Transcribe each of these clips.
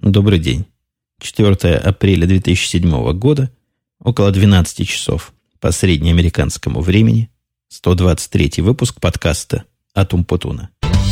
Добрый день. 4 апреля 2007 года, около 12 часов по среднеамериканскому времени, 123 выпуск подкаста от Умпутуна.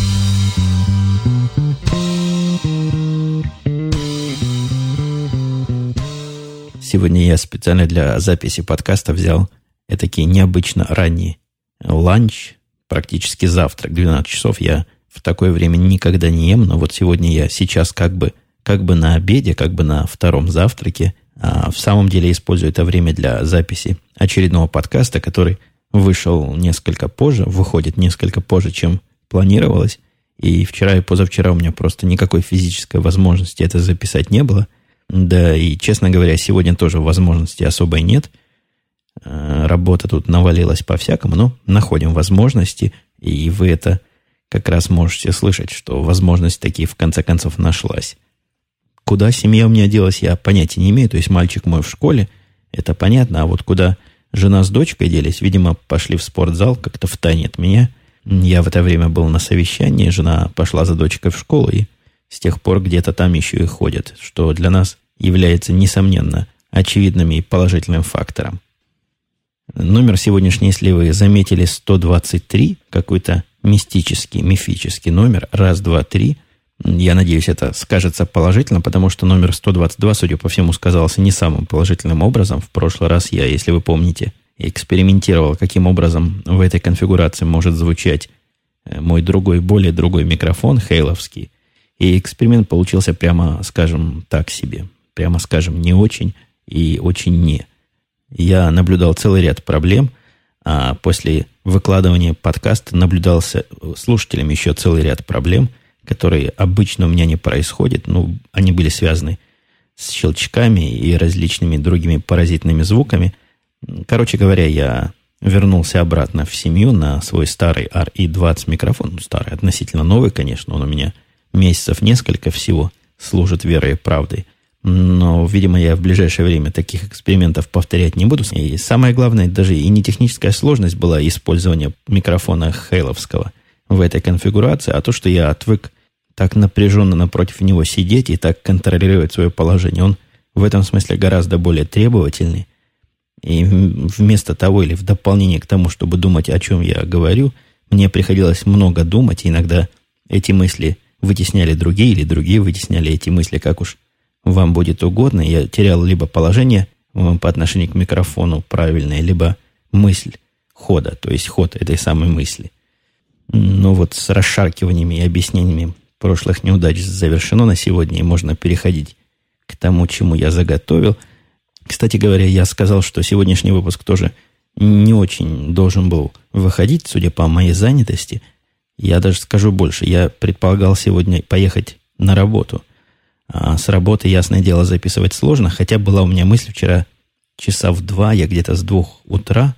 Сегодня я специально для записи подкаста взял этакий необычно ранний ланч, практически завтрак, 12 часов. Я в такое время никогда не ем, но вот сегодня я сейчас как бы на обеде, как бы на втором завтраке, а в самом деле использую это время для записи очередного подкаста, который выходит несколько позже, чем планировалось. И вчера и позавчера у меня просто никакой физической возможности это записать не было. Да и, честно говоря, сегодня тоже возможности особой нет. Работа тут навалилась по-всякому, но находим возможности, и вы это как раз можете слышать, что возможность таки в конце концов нашлась. Куда семья у меня делась, я понятия не имею. То есть мальчик мой в школе, это понятно. А вот куда жена с дочкой делись, видимо, пошли в спортзал как-то втайне от меня. Я в это время был на совещании, жена пошла за дочкой в школу, и с тех пор где-то там еще и ходят, что для нас является, несомненно, очевидным и положительным фактором. Номер сегодняшний, если вы заметили, 123, какой-то мистический, мифический номер, 1, 2, 3. Я надеюсь, это скажется положительно, потому что номер 122, судя по всему, сказался не самым положительным образом. В прошлый раз я, если вы помните, экспериментировал, каким образом в этой конфигурации может звучать мой более другой микрофон, хейловский. И эксперимент получился, прямо скажем, так себе. Прямо скажем, не очень и очень не. Я наблюдал целый ряд проблем, а после выкладывания подкаста наблюдался слушателям еще целый ряд проблем, которые обычно у меня не происходят. Ну, они были связаны с щелчками и различными другими паразитными звуками. Короче говоря, я вернулся обратно в семью на свой старый RE20 микрофон. Ну, старый, относительно новый, конечно, он у меня месяцев несколько всего служит верой и правдой. Но, видимо, я в ближайшее время таких экспериментов повторять не буду. И самое главное, даже и не техническая сложность была использование микрофона хейловского в этой конфигурации, а то, что я отвык так напряженно напротив него сидеть и так контролировать свое положение. Он в этом смысле гораздо более требовательный. И вместо того, или в дополнение к тому, чтобы думать, о чем я говорю, мне приходилось много думать, и иногда эти мысли вытесняли другие, или другие вытесняли эти мысли, как уж вам будет угодно. Я терял либо положение по отношению к микрофону правильное, либо мысль хода, то есть ход этой самой мысли. Ну вот с расшаркиваниями и объяснениями прошлых неудач завершено на сегодня, и можно переходить к тому, чему я заготовил. Кстати говоря, я сказал, что сегодняшний выпуск тоже не очень должен был выходить, судя по моей занятости. Я даже скажу больше. Я предполагал сегодня поехать на работу. А с работы, ясное дело, записывать сложно, хотя была у меня мысль вчера часа в 2, я где-то с 2 утра,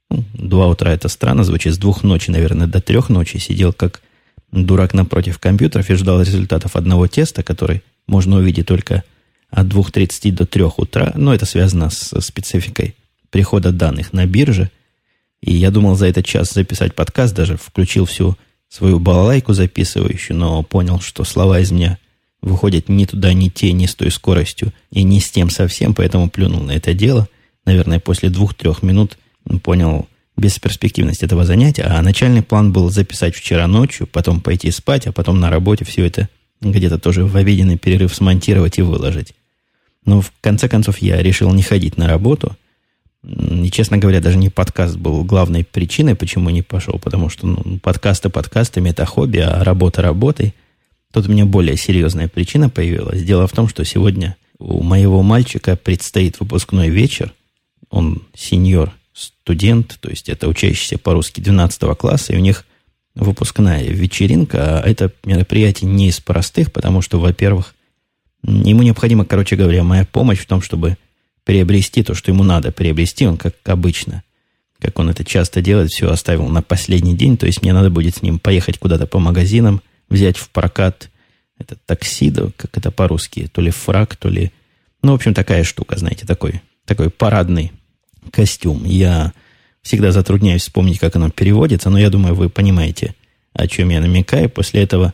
2 утра это странно звучит, с 2 ночи, наверное, до 3 ночи сидел как дурак напротив компьютеров и ждал результатов одного теста, который можно увидеть только от 2:30 до 3 утра, но это связано с спецификой прихода данных на бирже. И я думал за этот час записать подкаст, даже включил всю свою балалайку записывающую, но понял, что слова из меня выходят ни туда, ни те, ни с той скоростью, и не с тем совсем, поэтому плюнул на это дело. Наверное, после 2-3 минут понял бесперспективность этого занятия, а начальный план был записать вчера ночью, потом пойти спать, а потом на работе все это где-то тоже в обеденный перерыв смонтировать и выложить. Но в конце концов я решил не ходить на работу. И, честно говоря, даже не подкаст был главной причиной, почему не пошел, потому что подкасты подкастами, это хобби, а работа работой. Тут у меня более серьезная причина появилась. Дело в том, что сегодня у моего мальчика предстоит выпускной вечер. Он сеньор-студент, то есть это учащийся по-русски 12 класса, и у них выпускная вечеринка. А это мероприятие не из простых, потому что, во-первых, ему необходима, короче говоря, моя помощь в том, чтобы приобрести то, что ему надо приобрести. Он, как обычно, как он это часто делает, все оставил на последний день. То есть мне надо будет с ним поехать куда-то по магазинам, взять в прокат это такси, да, как это по-русски, то ли фрак, то ли... Ну, в общем, такая штука, знаете, такой парадный костюм. Я всегда затрудняюсь вспомнить, как оно переводится, но я думаю, вы понимаете, о чем я намекаю. После этого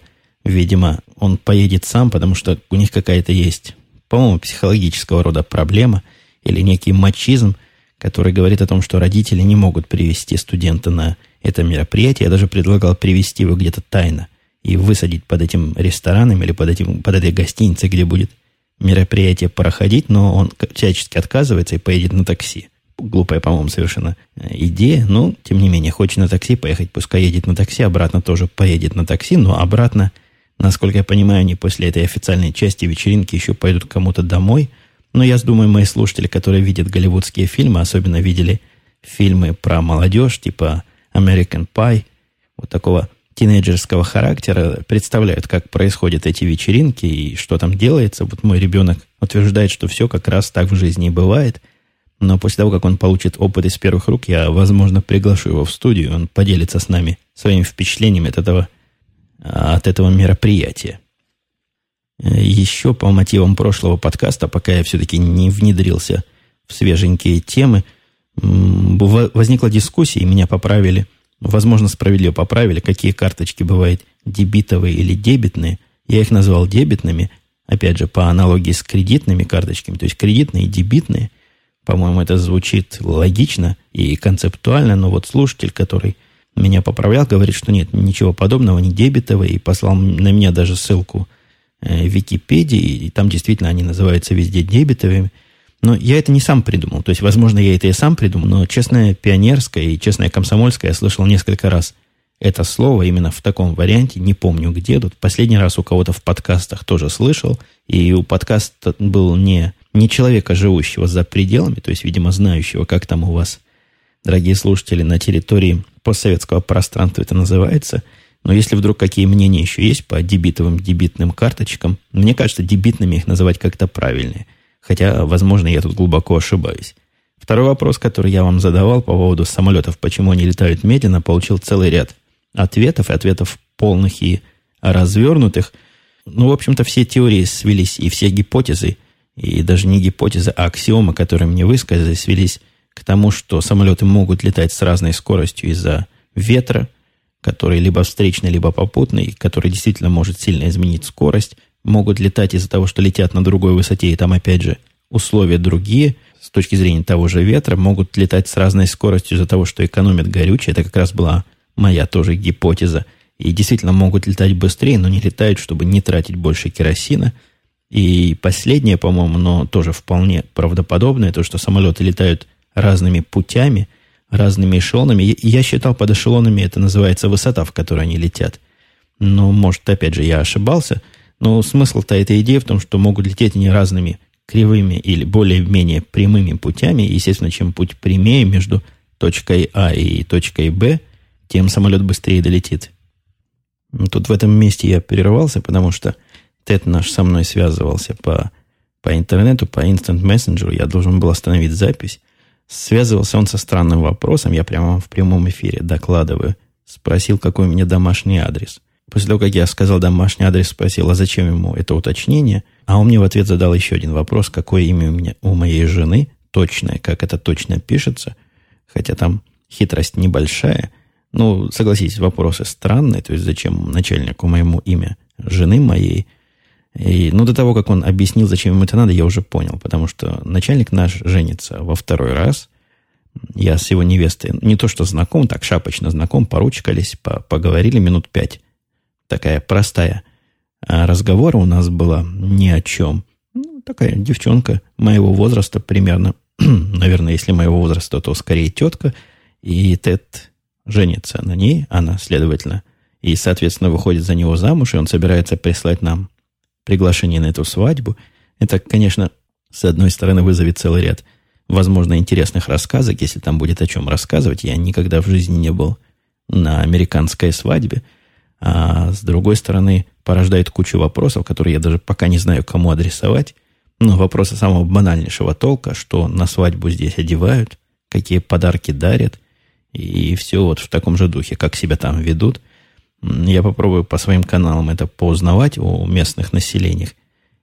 Видимо, он поедет сам, потому что у них какая-то есть, по-моему, психологического рода проблема или некий мачизм, который говорит о том, что родители не могут привести студента на это мероприятие. Я даже предлагал привести его где-то тайно и высадить под этим рестораном или под этой гостиницей, где будет мероприятие проходить, но он всячески отказывается и поедет на такси. Глупая, по-моему, совершенно идея, но, тем не менее, хочет на такси поехать, пускай едет на такси, обратно тоже поедет на такси, но обратно, насколько я понимаю, они после этой официальной части вечеринки еще пойдут к кому-то домой. Но я думаю, мои слушатели, которые видят голливудские фильмы, особенно видели фильмы про молодежь, типа American Pie, вот такого тинейджерского характера, представляют, как происходят эти вечеринки и что там делается. Вот мой ребенок утверждает, что все как раз так в жизни и бывает. Но после того, как он получит опыт из первых рук, я, возможно, приглашу его в студию, он поделится с нами своими впечатлениями от этого мероприятия. Еще по мотивам прошлого подкаста, пока я все-таки не внедрился в свеженькие темы, возникла дискуссия, и меня поправили, возможно, справедливо поправили, какие карточки бывают дебитовые или дебетные. Я их назвал дебетными, опять же, по аналогии с кредитными карточками, то есть кредитные и дебитные. По-моему, это звучит логично и концептуально, но вот слушатель, который меня поправлял, говорит, что нет, ничего подобного, не дебетовые, и послал на меня даже ссылку в Википедии, и там действительно они называются везде дебетовыми. Но я это не сам придумал. То есть, возможно, я это и сам придумал, но честное пионерское и честное комсомольское я слышал несколько раз это слово именно в таком варианте, не помню где. Тут последний раз у кого-то в подкастах тоже слышал, и у подкаста был не человека, живущего за пределами, то есть, видимо, знающего, как там у вас, дорогие слушатели, на территории постсоветского пространства это называется. Но если вдруг какие мнения еще есть по дебитным карточкам, мне кажется, дебитными их называть как-то правильнее. Хотя, возможно, я тут глубоко ошибаюсь. Второй вопрос, который я вам задавал по поводу самолетов, почему они летают медленно, получил целый ряд ответов, и ответов полных и развернутых. Ну, в общем-то, все теории свелись, и все гипотезы, и даже не гипотезы, а аксиомы, которые мне высказали, свелись к тому, что самолеты могут летать с разной скоростью из-за ветра, который либо встречный, либо попутный, который действительно может сильно изменить скорость, могут летать из-за того, что летят на другой высоте, и там, опять же, условия другие, с точки зрения того же ветра, могут летать с разной скоростью из-за того, что экономят горючее. Это как раз была моя тоже гипотеза. И действительно могут летать быстрее, но не летают, чтобы не тратить больше керосина. И последнее, по-моему, но тоже вполне правдоподобное, то, что самолеты летают разными путями, разными эшелонами. И я считал, под эшелонами это называется высота, в которой они летят. Но, может, опять же, я ошибался. Но смысл-то этой идеи в том, что могут лететь они разными кривыми или более-менее прямыми путями. Естественно, чем путь прямее между точкой А и точкой Б, тем самолет быстрее долетит. Тут в этом месте я прервался, потому что Тед наш со мной связывался по интернету, по Instant Messenger. Я должен был остановить запись. Связывался он со странным вопросом. Я прямо в прямом эфире докладываю. Спросил, какой у меня домашний адрес. После того, как я сказал домашний адрес, спросил, а зачем ему это уточнение. А он мне в ответ задал еще один вопрос, какое имя у моей жены, точное, как это точно пишется. Хотя там хитрость небольшая. Ну, согласитесь, вопросы странные. То есть, зачем начальнику моему имя жены моей? И, до того, как он объяснил, зачем ему это надо, я уже понял. Потому что начальник наш женится во второй раз. Я с его невестой не то что знаком, так шапочно знаком, поручкались, поговорили минут 5. Такая простая разговора у нас была ни о чем. Такая девчонка моего возраста примерно. Наверное, если моего возраста, то скорее тетка. И Тед женится на ней, она, следовательно, и, соответственно, выходит за него замуж, и он собирается прислать нам приглашение на эту свадьбу. Это, конечно, с одной стороны, вызовет целый ряд, возможно, интересных рассказок, если там будет о чем рассказывать. Я никогда в жизни не был на американской свадьбе. А с другой стороны, порождает кучу вопросов, которые я даже пока не знаю, кому адресовать. Но вопросы самого банальнейшего толка, что на свадьбу здесь одевают, какие подарки дарят, и все вот в таком же духе, как себя там ведут. Я попробую по своим каналам это поузнавать у местных населениях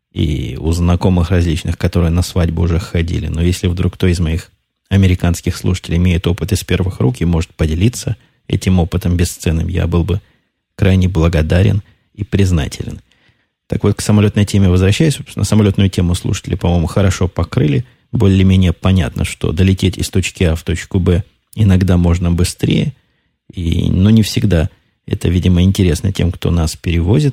и у знакомых различных, которые на свадьбу уже ходили. Но если вдруг кто из моих американских слушателей имеет опыт из первых рук и может поделиться этим опытом бесценным, я был бы крайне благодарен и признателен. Так вот, к самолетной теме возвращаясь, собственно, самолетную тему слушатели, по-моему, хорошо покрыли. Более-менее понятно, что долететь из точки А в точку Б иногда можно быстрее, но не всегда. Это, видимо, интересно тем, кто нас перевозит.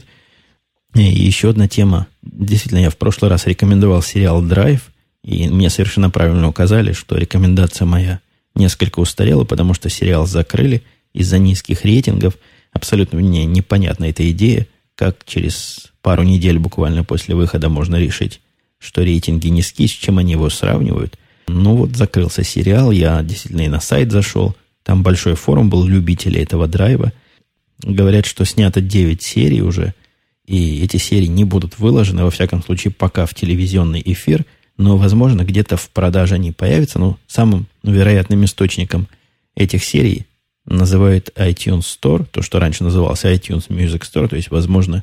И еще одна тема. Действительно, я в прошлый раз рекомендовал сериал «Драйв», и мне совершенно правильно указали, что рекомендация моя несколько устарела, потому что сериал закрыли из-за низких рейтингов. Абсолютно мне непонятна эта идея, как через пару недель буквально после выхода можно решить, что рейтинги низкие, с чем они его сравнивают. Ну вот закрылся сериал, я действительно и на сайт зашел, там большой форум был любителей этого «Драйва». Говорят, что снято 9 серий уже, и эти серии не будут выложены, во всяком случае, пока в телевизионный эфир, но, возможно, где-то в продаже они появятся. Но самым вероятным источником этих серий называют iTunes Store, то, что раньше назывался iTunes Music Store, то есть, возможно,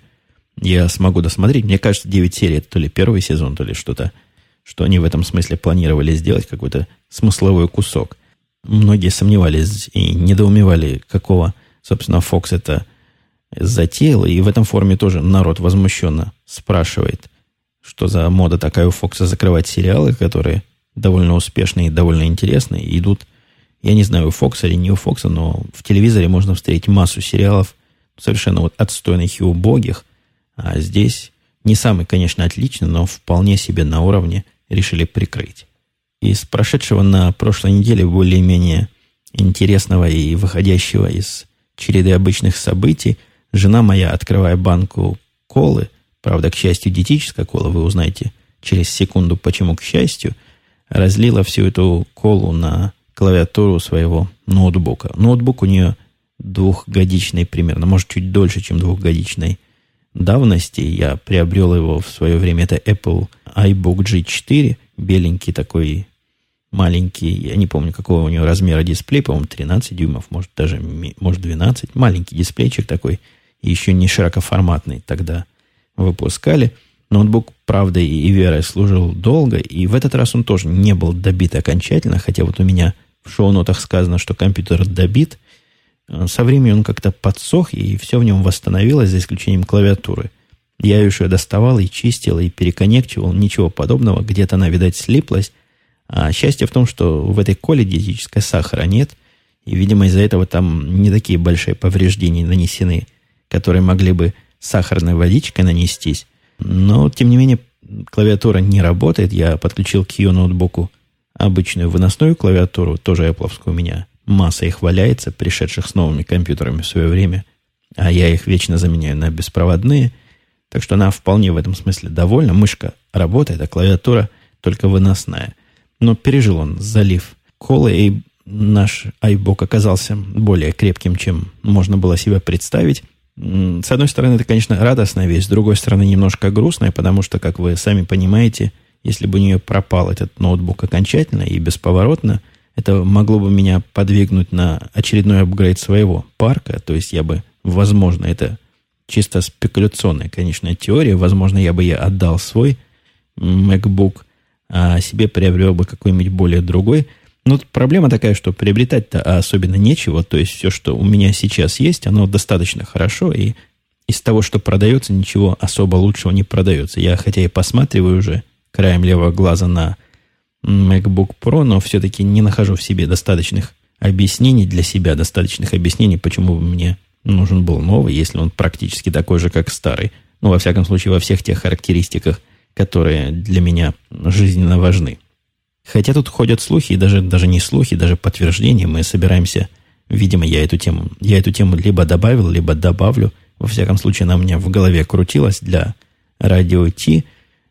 я смогу досмотреть. Мне кажется, 9 серий — это то ли первый сезон, то ли что-то, что они в этом смысле планировали сделать, какой-то смысловой кусок. Многие сомневались и недоумевали, какого, собственно, Fox это затеял. И в этом форуме тоже народ возмущенно спрашивает, что за мода такая у Fox закрывать сериалы, которые довольно успешные и довольно интересные, идут, я не знаю, у Fox или не у Fox, но в телевизоре можно встретить массу сериалов совершенно вот отстойных и убогих, а здесь не самый, конечно, отличный, но вполне себе на уровне решили прикрыть. Из прошедшего на прошлой неделе более-менее интересного и выходящего из череды обычных событий, жена моя, открывая банку колы, правда, к счастью, диетическая кола, вы узнаете через секунду, почему к счастью, разлила всю эту колу на клавиатуру своего ноутбука. Ноутбук у нее двухгодичной примерно, может, чуть дольше, чем двухгодичной давности. Я приобрел его в свое время. Это Apple iBook G4, беленький такой, маленький, я не помню, какого у него размера дисплей, по-моему, 13 дюймов, может, даже, может, 12. Маленький дисплейчик такой, еще не широкоформатный тогда выпускали. Ноутбук, правда, и верой служил долго, и в этот раз он тоже не был добит окончательно, хотя вот у меня в шоу-нотах сказано, что компьютер добит. Со временем он как-то подсох, и все в нем восстановилось, за исключением клавиатуры. Я ее еще доставал и чистил, и переконнективал, ничего подобного. Где-то она, видать, слиплась. А счастье в том, что в этой коле диетической сахара нет, и, видимо, из-за этого там не такие большие повреждения нанесены, которые могли бы сахарной водичкой нанестись. Но, тем не менее, клавиатура не работает. Я подключил к ее ноутбуку обычную выносную клавиатуру, тоже Apple-овскую у меня. Масса их валяется, пришедших с новыми компьютерами в свое время. А я их вечно заменяю на беспроводные. Так что она вполне в этом смысле довольна. Мышка работает, а клавиатура только выносная. Но пережил он залив колы, и наш iBook оказался более крепким, чем можно было себе представить. С одной стороны, это, конечно, радостная вещь, с другой стороны, немножко грустная, потому что, как вы сами понимаете, если бы у нее пропал этот ноутбук окончательно и бесповоротно, это могло бы меня подвигнуть на очередной апгрейд своего парка. То есть я бы, возможно, это чисто спекуляционная, конечно, теория, возможно, я бы отдал свой MacBook, а себе приобрел бы какой-нибудь более другой. Но проблема такая, что приобретать-то особенно нечего. То есть все, что у меня сейчас есть, оно достаточно хорошо. И из того, что продается, ничего особо лучшего не продается. Я хотя и посматриваю уже краем левого глаза на MacBook Pro, но все-таки не нахожу в себе достаточных объяснений для себя, достаточных объяснений, почему мне нужен был новый, если он практически такой же, как старый. Ну, во всяком случае, во всех тех характеристиках, которые для меня жизненно важны. Хотя тут ходят слухи, и даже не слухи, даже подтверждения. Мы собираемся, видимо, я эту тему либо добавил, либо добавлю. Во всяком случае, она у меня в голове крутилась для радио Ти,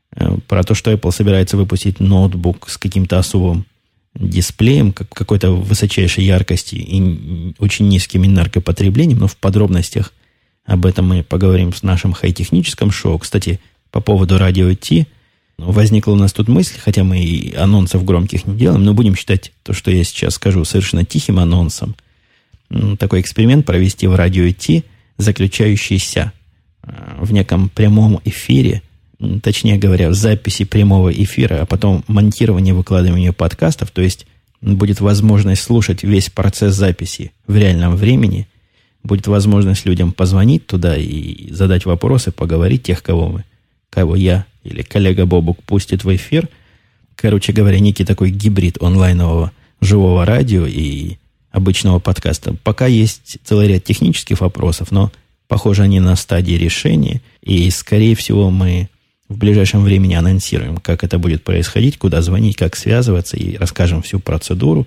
про то, что Apple собирается выпустить ноутбук с каким-то особым дисплеем, какой-то высочайшей яркости и очень низким энергопотреблением. Но в подробностях об этом мы поговорим в нашем хай-техническом шоу. Кстати, по поводу радио Ти возникла у нас тут мысль, хотя мы и анонсов громких не делаем, но будем считать то, что я сейчас скажу, совершенно тихим анонсом. Такой эксперимент провести в радио Ти, заключающийся в неком прямом эфире, точнее говоря, в записи прямого эфира, а потом монтирование, выкладывание подкастов, то есть будет возможность слушать весь процесс записи в реальном времени, будет возможность людям позвонить туда и задать вопросы, поговорить тех, кого я или коллега Бобук пустит в эфир. Короче говоря, некий такой гибрид онлайнового живого радио и обычного подкаста. Пока есть целый ряд технических вопросов, но, похоже, они на стадии решения. И, скорее всего, мы в ближайшем времени анонсируем, как это будет происходить, куда звонить, как связываться, и расскажем всю процедуру.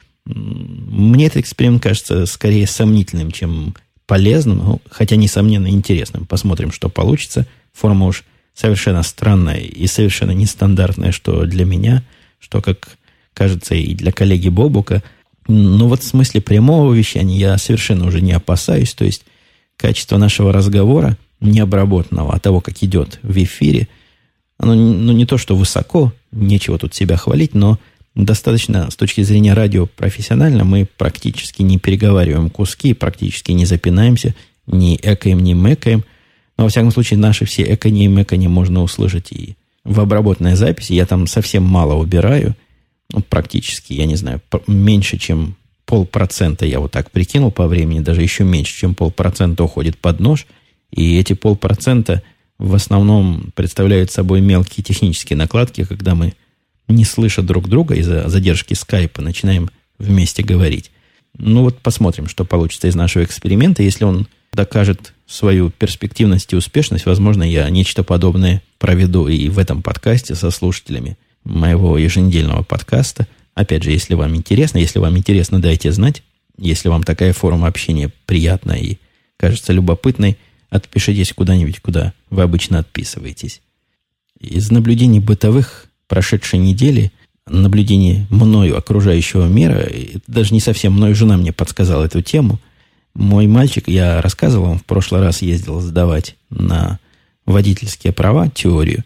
Мне этот эксперимент кажется скорее сомнительным, чем полезным, хотя, несомненно, интересным. Посмотрим, что получится. Форма уж совершенно странная и совершенно нестандартная, что для меня, что, как кажется, и для коллеги Бобука. Но вот в смысле прямого вещания я совершенно уже не опасаюсь. То есть качество нашего разговора, необработанного, от того, как идет в эфире, оно не то, что высоко, нечего тут себя хвалить, но достаточно с точки зрения радио профессионально мы практически не переговариваем куски, практически не запинаемся, не экаем, не мэкаем. Но, во всяком случае, наши все экани и мэкани можно услышать и в обработанной записи. Я там совсем мало убираю. Практически, я не знаю, меньше, чем 0,5%, я вот так прикинул по времени, даже еще меньше, чем 0,5% уходит под нож. И эти 0,5% в основном представляют собой мелкие технические накладки, когда мы, не слыша друг друга из-за задержки скайпа, начинаем вместе говорить. Ну вот посмотрим, что получится из нашего эксперимента. Если он докажет свою перспективность и успешность, возможно, я нечто подобное проведу и в этом подкасте со слушателями моего еженедельного подкаста. Опять же, если вам интересно, дайте знать. Если вам такая форма общения приятная и кажется любопытной, отпишитесь куда-нибудь, куда вы обычно отписываетесь. Из наблюдений бытовых прошедшей недели, наблюдений мною окружающего мира, это даже не совсем мною, жена мне подсказала эту тему. Мой мальчик, я рассказывал, он в прошлый раз ездил сдавать на водительские права, теорию,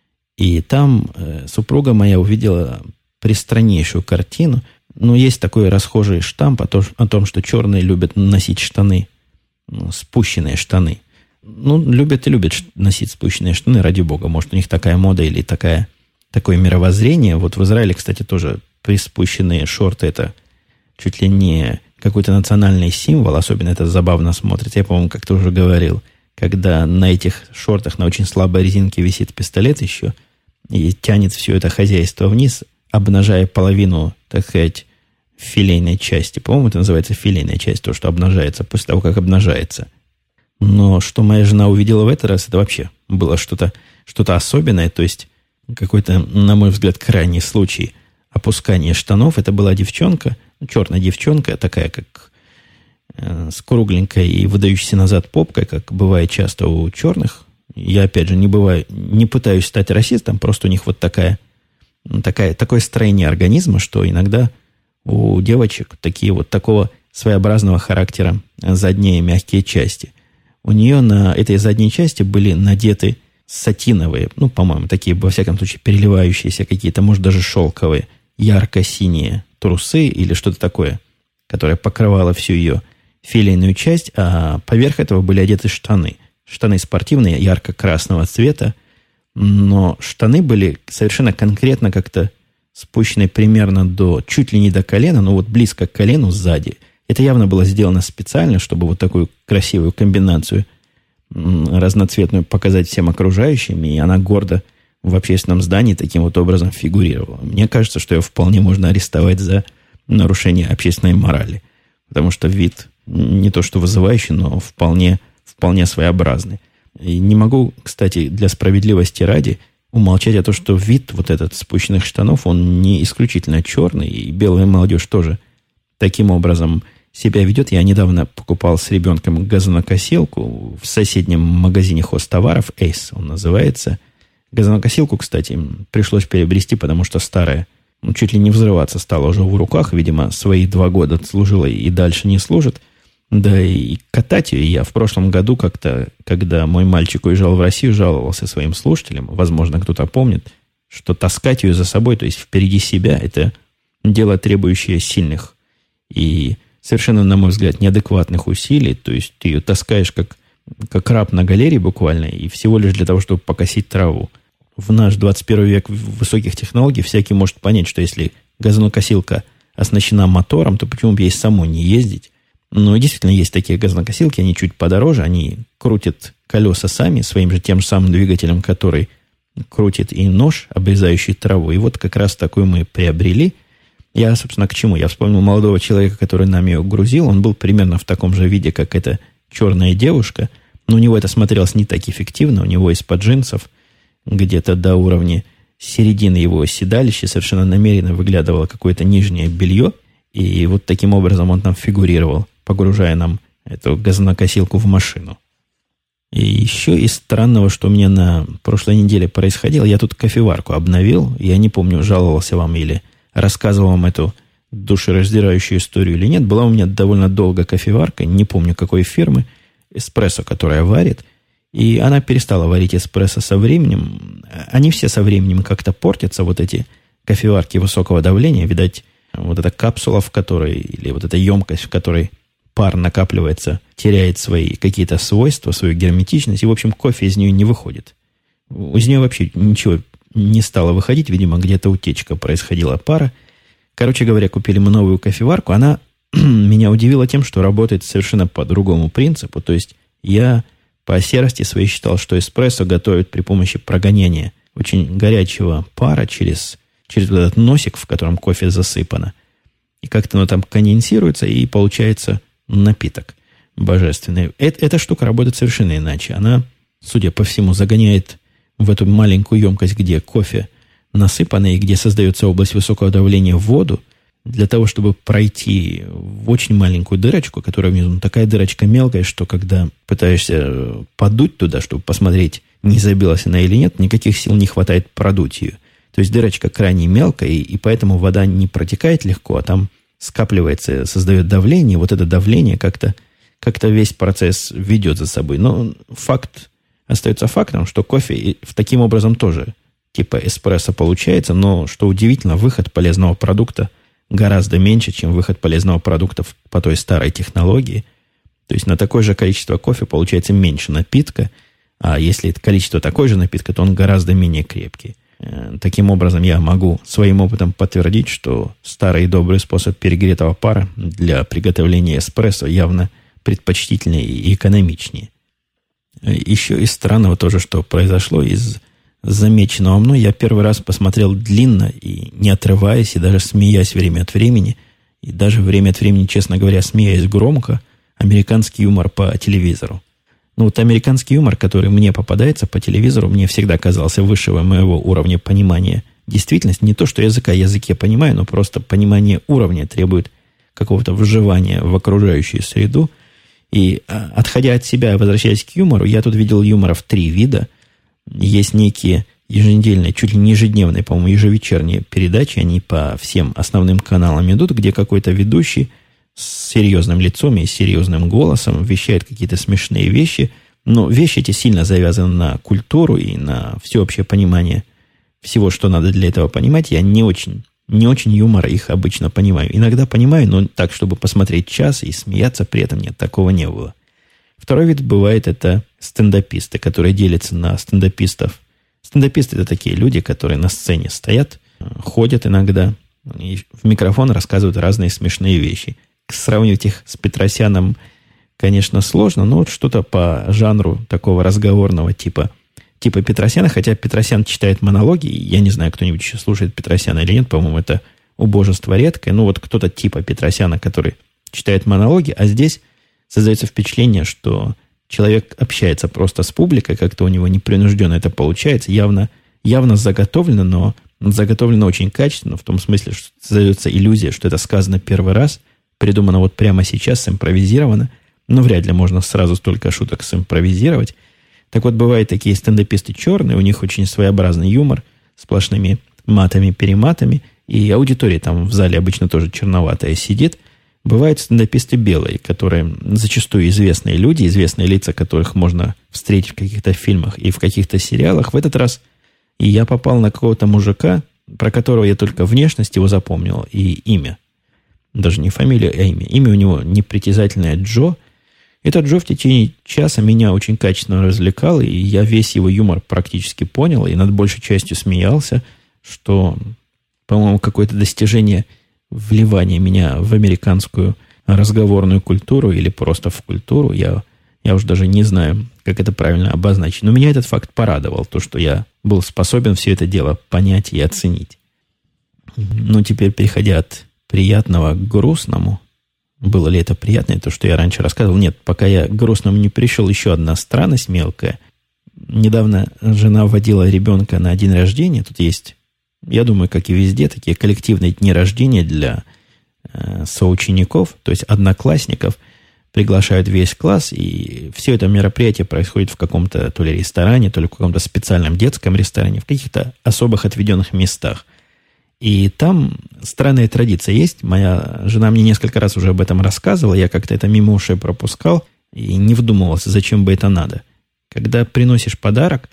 и там супруга моя увидела пристраннейшую картину. Ну, есть такой расхожий штамп о том, что черные любят носить штаны, спущенные штаны. Ну, любят и любят носить спущенные штаны, ради бога. Может, у них такая мода или такое мировоззрение. Вот в Израиле, кстати, тоже приспущенные шорты – это чуть ли не какой-то национальный символ. Особенно это забавно смотрится. Я, по-моему, как-то уже говорил, когда на этих шортах на очень слабой резинке висит пистолет еще и тянет все это хозяйство вниз, обнажая половину, так сказать, филейной части. По-моему, это называется филейная часть, то, что обнажается после того, как обнажается. Но что моя жена увидела в этот раз, это вообще было что-то особенное, то есть какой-то, на мой взгляд, крайний случай опускания штанов. Это была девчонка, черная девчонка, такая, как с кругленькой и выдающейся назад попкой, как бывает часто у черных. Я, опять же, не пытаюсь стать расистом, просто у них вот такое строение организма, что иногда у девочек такого своеобразного характера задние мягкие части. У нее на этой задней части были надеты сатиновые, по-моему, такие, во всяком случае, переливающиеся какие-то, может, даже шелковые, ярко-синие трусы или что-то такое, которое покрывало всю ее филейную часть, а поверх этого были одеты штаны. Штаны спортивные, ярко-красного цвета, но штаны были совершенно конкретно как-то спущены примерно чуть ли не до колена, но вот близко к колену сзади. Это явно было сделано специально, чтобы вот такую красивую комбинацию разноцветную показать всем окружающим, и она гордо в общественном здании таким вот образом фигурировала. Мне кажется, что ее вполне можно арестовать за нарушение общественной морали, потому что вид не то что вызывающий, но вполне своеобразный. И не могу, кстати, для справедливости ради умолчать о том, что вид вот этот спущенных штанов, он не исключительно черный, и белая молодежь тоже таким образом себя ведет. Я недавно покупал с ребенком газонокосилку в соседнем магазине хозтоваров, Ace он называется. Газонокосилку, кстати, пришлось приобрести, потому что старая, чуть ли не взрываться стала уже в руках. Видимо, свои 2 года служила и дальше не служит. Да и катать ее я в прошлом году как-то, когда мой мальчик уезжал в Россию, жаловался своим слушателям, возможно, кто-то помнит, что таскать ее за собой, то есть впереди себя, это дело, требующее сильных и совершенно, на мой взгляд, неадекватных усилий. То есть ты ее таскаешь как раб на галерее буквально, и всего лишь для того, чтобы покосить траву. В наш 21 век высоких технологий всякий может понять, что если газонокосилка оснащена мотором, то почему бы ей самой не ездить Но действительно есть такие газонокосилки, они чуть подороже, они крутят колеса сами, своим же тем же самым двигателем, который крутит и нож, обрезающий траву. И вот как раз такую мы приобрели. Я, собственно, к чему? Я вспомнил молодого человека, который нам ее грузил. Он был примерно в таком же виде, как эта черная девушка. Но у него это смотрелось не так эффективно. У него из-под джинсов где-то до уровня середины его седалища совершенно намеренно выглядывало какое-то нижнее белье. И вот таким образом он там фигурировал, погружая нам эту газонокосилку в машину. И еще из странного, что у меня на прошлой неделе происходило, я тут кофеварку обновил. Я не помню, жаловался вам или рассказывал вам эту душераздирающую историю или нет. Была у меня довольно долго кофеварка, не помню какой фирмы, эспрессо, которая варит. И она перестала варить эспрессо со временем. Они все со временем как-то портятся, вот эти кофеварки высокого давления. Видать, вот эта капсула, в которой, или вот эта емкость, в которой пар накапливается, теряет свои какие-то свойства, свою герметичность, и, в общем, кофе из нее не выходит. Из нее вообще ничего не стало выходить, видимо, где-то утечка происходила пара. Короче говоря, купили мы новую кофеварку, она меня удивила тем, что работает совершенно по другому принципу, то есть я по серости своей считал, что эспрессо готовят при помощи прогоняния очень горячего пара через этот носик, в котором кофе засыпано, и как-то оно там конденсируется, и получается напиток божественный. Эта штука работает совершенно иначе. Она, судя по всему, загоняет в эту маленькую емкость, где кофе насыпано и где создается область высокого давления, в воду, для того, чтобы пройти в очень маленькую дырочку, которая внизу, ну, такая дырочка мелкая, что когда пытаешься подуть туда, чтобы посмотреть, не забилась она или нет, никаких сил не хватает продуть ее. То есть дырочка крайне мелкая, и поэтому вода не протекает легко, а там скапливается, создает давление. Вот это давление как-то весь процесс ведет за собой. Но факт остается фактом, что кофе таким образом тоже типа эспрессо получается, но, что удивительно, выход полезного продукта гораздо меньше, чем выход полезного продукта по той старой технологии. То есть на такое же количество кофе получается меньше напитка, а если это количество такое же напитка, то он гораздо менее крепкий. Таким образом, я могу своим опытом подтвердить, что старый и добрый способ перегретого пара для приготовления эспрессо явно предпочтительнее и экономичнее. Еще из странного тоже, что произошло, из замеченного мной, я первый раз посмотрел длинно и не отрываясь, и даже смеясь время от времени, и даже время от времени, честно говоря, смеясь громко, американский юмор по телевизору. Ну, вот американский юмор, который мне попадается по телевизору, мне всегда казался выше моего уровня понимания действительности. Не то, что язык я понимаю, но просто понимание уровня требует какого-то вживания в окружающую среду. И отходя от себя, возвращаясь к юмору, я тут видел юмора в 3 вида. Есть некие еженедельные, чуть ли не ежедневные, по-моему, ежевечерние передачи. Они по всем основным каналам идут, где какой-то ведущий с серьезным лицом и серьезным голосом вещает какие-то смешные вещи. Но вещи эти сильно завязаны на культуру и на всеобщее понимание всего, что надо для этого понимать. Я не очень юмора их обычно понимаю. Иногда понимаю, но так, чтобы посмотреть час и смеяться при этом, нет, такого не было. Второй вид бывает, это стендаписты, которые делятся на стендапистов. Стендаписты – это такие люди, которые на сцене стоят, ходят иногда, и в микрофон рассказывают разные смешные вещи. Сравнивать их с Петросяном, конечно, сложно, но вот что-то по жанру такого разговорного типа Петросяна, хотя Петросян читает монологи, я не знаю, кто-нибудь еще слушает Петросяна или нет, по-моему, это убожество редкое, ну вот кто-то типа Петросяна, который читает монологи, а здесь создается впечатление, что человек общается просто с публикой, как-то у него непринужденно это получается, явно заготовлено, но заготовлено очень качественно, в том смысле, что создается иллюзия, что это сказано первый раз, придумано вот прямо сейчас, симпровизировано. Но вряд ли можно сразу столько шуток симпровизировать. Так вот, бывают такие стендаписты черные, у них очень своеобразный юмор, сплошными матами-перематами, и аудитория там в зале обычно тоже черноватая сидит. Бывают стендаписты белые, которые зачастую известные люди, известные лица, которых можно встретить в каких-то фильмах и в каких-то сериалах. В этот раз и я попал на какого-то мужика, про которого я только внешность его запомнил, и имя. Даже не фамилия, а имя. Имя у него непритязательное Джо. Этот Джо в течение часа меня очень качественно развлекал, и я весь его юмор практически понял, и над большей частью смеялся, что, по-моему, какое-то достижение вливания меня в американскую разговорную культуру или просто в культуру. Я уж даже не знаю, как это правильно обозначить. Но меня этот факт порадовал, то, что я был способен все это дело понять и оценить. Ну, теперь, переходя от приятного к грустному. Было ли это приятно, то, что я раньше рассказывал? Нет, пока я к грустному не пришел, еще одна странность мелкая. Недавно жена водила ребенка на день рождения. Тут есть, я думаю, как и везде, такие коллективные дни рождения для соучеников, то есть одноклассников. Приглашают весь класс, и все это мероприятие происходит в каком-то то ли ресторане, то ли в каком-то специальном детском ресторане, в каких-то особых отведенных местах. И там странная традиция есть. Моя жена мне несколько раз уже об этом рассказывала, я как-то это мимо ушей пропускал и не вдумывался, зачем бы это надо. Когда приносишь подарок,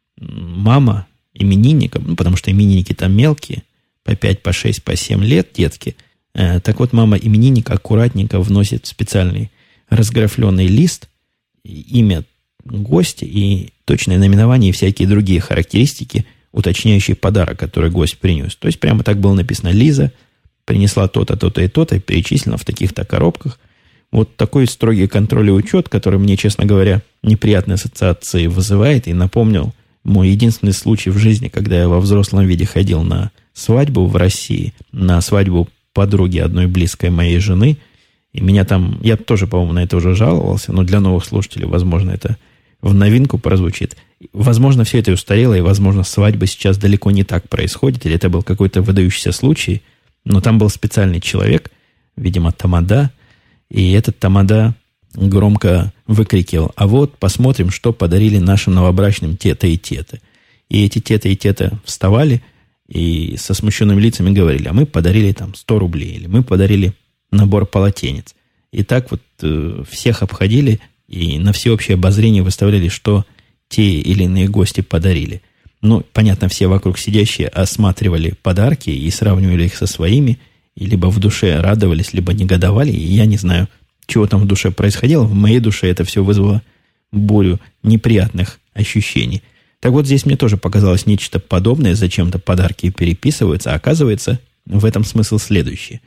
мама именинникам, ну, потому что именинники там мелкие, по 5, по 6, по 7 лет детки, так вот мама именинника аккуратненько вносит в специальный разграфленный лист, имя гостя и точное наименование и всякие другие характеристики, уточняющие подарок, который гость принес. То есть прямо так было написано: Лиза принесла то-то, то-то и то-то, и перечислено в таких-то коробках. Вот такой строгий контроль и учет, который мне, честно говоря, неприятные ассоциации вызывает, и напомнил мой единственный случай в жизни, когда я во взрослом виде ходил на свадьбу в России, на свадьбу подруги одной близкой моей жены. И меня там, я тоже, по-моему, на это уже жаловался, но для новых слушателей, возможно, это в новинку прозвучит. Возможно, все это устарело, и, возможно, свадьба сейчас далеко не так происходит, или это был какой-то выдающийся случай, но там был специальный человек, видимо, тамада, и этот тамада громко выкрикивал: а вот посмотрим, что подарили нашим новобрачным тета и тета. И эти тета и тета вставали и со смущенными лицами говорили: а мы подарили там 100 рублей, или мы подарили набор полотенец. И так вот всех обходили и на всеобщее обозрение выставляли, что те или иные гости подарили. Ну, понятно, все вокруг сидящие осматривали подарки и сравнивали их со своими, и либо в душе радовались, либо негодовали. И я не знаю, чего там в душе происходило. В моей душе это все вызвало бурю неприятных ощущений. Так вот, здесь мне тоже показалось нечто подобное. Зачем-то подарки переписываются. А оказывается, в этом смысл следующий.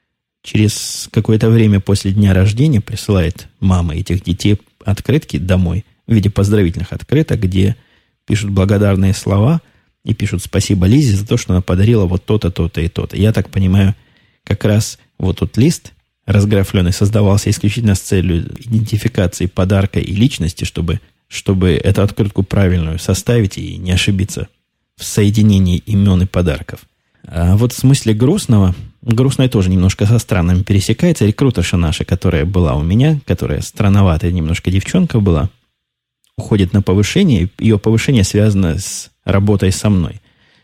Через какое-то время после дня рождения присылает мама этих детей открытки домой в виде поздравительных открыток, где пишут благодарные слова и пишут спасибо Лизе за то, что она подарила вот то-то, то-то и то-то. Я так понимаю, как раз вот тот лист разграфленный создавался исключительно с целью идентификации подарка и личности, чтобы эту открытку правильную составить и не ошибиться в соединении имен и подарков. А вот в смысле грустного, грустное тоже немножко со странами пересекается. Рекрутерша наша, которая была у меня, которая странноватая немножко девчонка была, уходит на повышение. Ее повышение связано с работой со мной.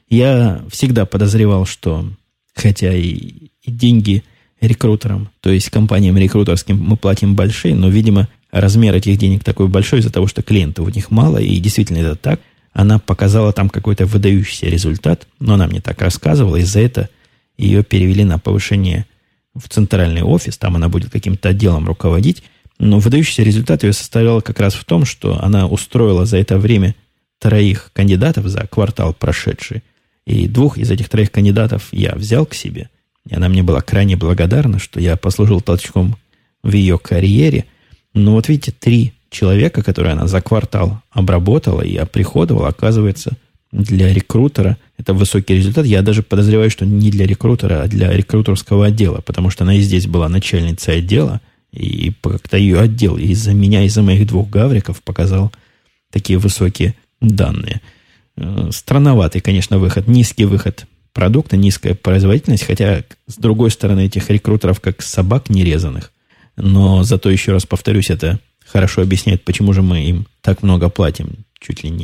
Я всегда подозревал, что хотя и деньги рекрутерам, то есть компаниям рекрутерским мы платим большие, но, видимо, размер этих денег такой большой из-за того, что клиентов у них мало, и действительно это так. Она показала там какой-то выдающийся результат, но она мне так рассказывала, из-за этого ее перевели на повышение в центральный офис, там она будет каким-то отделом руководить, но выдающийся результат ее состоял как раз в том, что она устроила за это время 3 кандидатов за квартал прошедший, и 2 из этих 3 кандидатов я взял к себе, и она мне была крайне благодарна, что я послужил толчком в ее карьере. Но вот видите, 3 человека, которые она за квартал обработала и оприходовала, оказывается, для рекрутера это высокий результат. Я даже подозреваю, что не для рекрутера, а для рекрутерского отдела, потому что она и здесь была начальницей отдела, и как-то ее отдел из-за меня, из-за моих 2 гавриков показал такие высокие данные. Странноватый, конечно, выход, низкий выход продукта, низкая производительность, хотя, с другой стороны, этих рекрутеров как собак нерезанных. Но зато, еще раз повторюсь, это хорошо объясняет, почему же мы им так много платим, чуть ли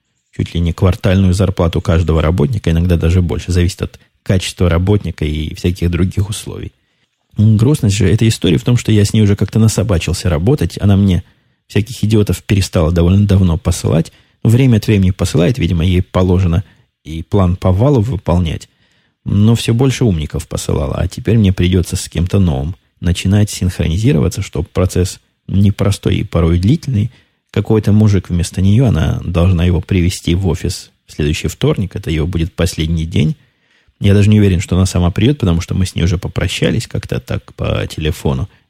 не квартальную зарплату каждого работника, иногда даже больше, зависит от качества работника и всяких других условий. Грустность же этой истории в том, что я с ней уже как-то насобачился работать, она мне всяких идиотов перестала довольно давно посылать, время от времени посылает, видимо, ей положено и план по валу выполнять, но все больше умников посылала, а теперь мне придется с кем-то новым начинать синхронизироваться, чтобы процесс непростой и порой длительный. Какой-то мужик вместо нее, она должна его привести в офис в следующий вторник, это ее будет последний день. Я даже не уверен, что она сама придет, потому что мы с ней уже попрощались как-то так по телефону.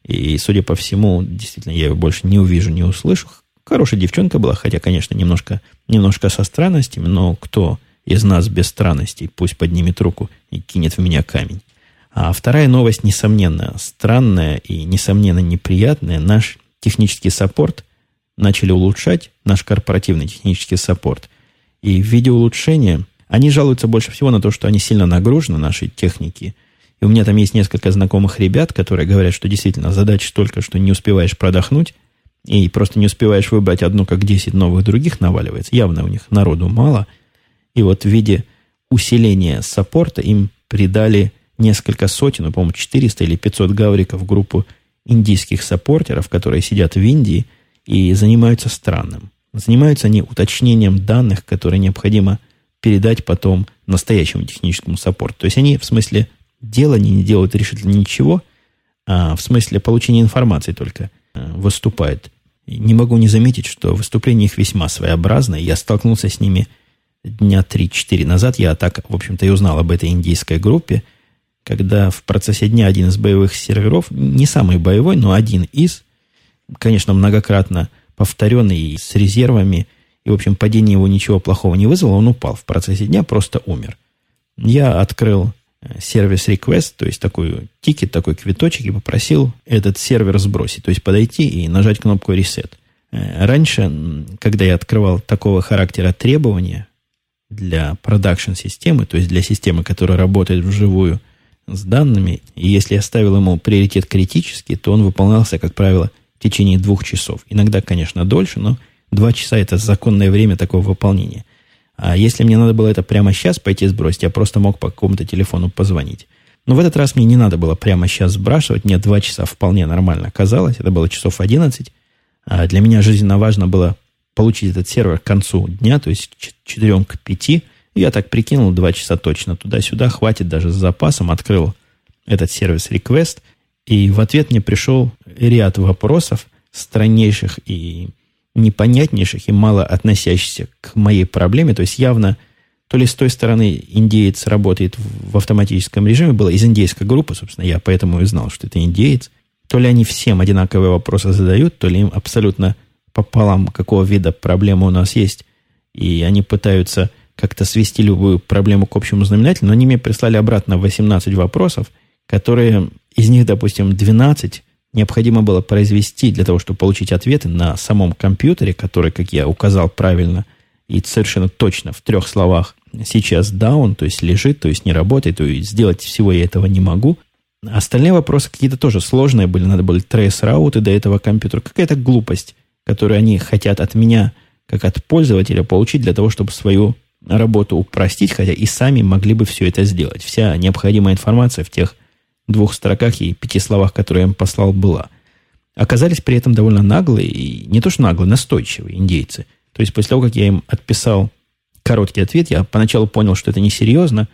И, судя по всему, действительно, я ее больше не увижу, не услышу. Хорошая девчонка была, хотя, конечно, немножко со странностями, но кто из нас без странностей, пусть поднимет руку и кинет в меня камень. А вторая новость, несомненно, странная и, несомненно, неприятная. Наш технический саппорт начали улучшать, наш корпоративный технический саппорт. И в виде улучшения они жалуются больше всего на то, что они сильно нагружены, нашей техники. И у меня там есть несколько знакомых ребят, которые говорят, что действительно задач столько, что не успеваешь продохнуть, и просто не успеваешь выбрать одну, как 10 новых других наваливается. Явно у них народу мало. И вот в виде усиления саппорта им придали несколько сотен, по-моему, 400 или 500 гавриков в группу индийских саппортеров, которые сидят в Индии и занимаются странным. Занимаются они уточнением данных, которые необходимо передать потом настоящему техническому саппорту. То есть они в смысле дела не делают решительно ничего, а в смысле получения информации только выступают. И не могу не заметить, что выступление их весьма своеобразное. Я столкнулся с ними дня 3-4 назад. Я так, в общем-то, и узнал об этой индийской группе, когда в процессе дня один из боевых серверов, не самый боевой, но один из, конечно, многократно повторенный и с резервами, и, в общем, падение его ничего плохого не вызвало, он упал в процессе дня, просто умер. Я открыл сервис request, то есть такой тикет, такой квиточек, и попросил этот сервер сбросить, то есть подойти и нажать кнопку reset. Раньше, когда я открывал такого характера требования для продакшн-системы, то есть для системы, которая работает вживую с данными, и если я ставил ему приоритет критический, то он выполнялся, как правило, в течение 2 часов. Иногда, конечно, дольше, но 2 часа – это законное время такого выполнения. А если мне надо было это прямо сейчас пойти сбросить, я просто мог по какому-то телефону позвонить. Но в этот раз мне не надо было прямо сейчас сбрасывать. Мне 2 часа вполне нормально казалось. Это было часов 11. А для меня жизненно важно было получить этот сервер к концу дня, то есть 4 к 5. И я так прикинул, 2 часа точно туда-сюда. Хватит даже с запасом. Открыл этот сервис request. И в ответ мне пришел ряд вопросов страннейших и непонятнейших и мало относящихся к моей проблеме. То есть явно то ли с той стороны индеец работает в автоматическом режиме, была из индейской группы, собственно, я поэтому и знал, что это индеец. То ли они всем одинаковые вопросы задают, то ли им абсолютно пополам, какого вида проблема у нас есть, и они пытаются как-то свести любую проблему к общему знаменателю, но они мне прислали обратно 18 вопросов, которые, из них, допустим, 12 необходимо было произвести для того, чтобы получить ответы на самом компьютере, который, как я указал правильно и совершенно точно в 3 словах, сейчас down, то есть лежит, то есть не работает, то есть сделать всего я этого не могу. Остальные вопросы какие-то тоже сложные были, надо было трейс-рауты до этого компьютера. Какая-то глупость, которую они хотят от меня, как от пользователя, получить для того, чтобы свою работу упростить, хотя и сами могли бы все это сделать. Вся необходимая информация в тех 2 строках и 5 словах, которые я им послал, была. Оказались при этом довольно наглые, и не то что наглые, настойчивые индейцы. То есть после того, как я им отписал короткий ответ, я поначалу понял, что это несерьезно,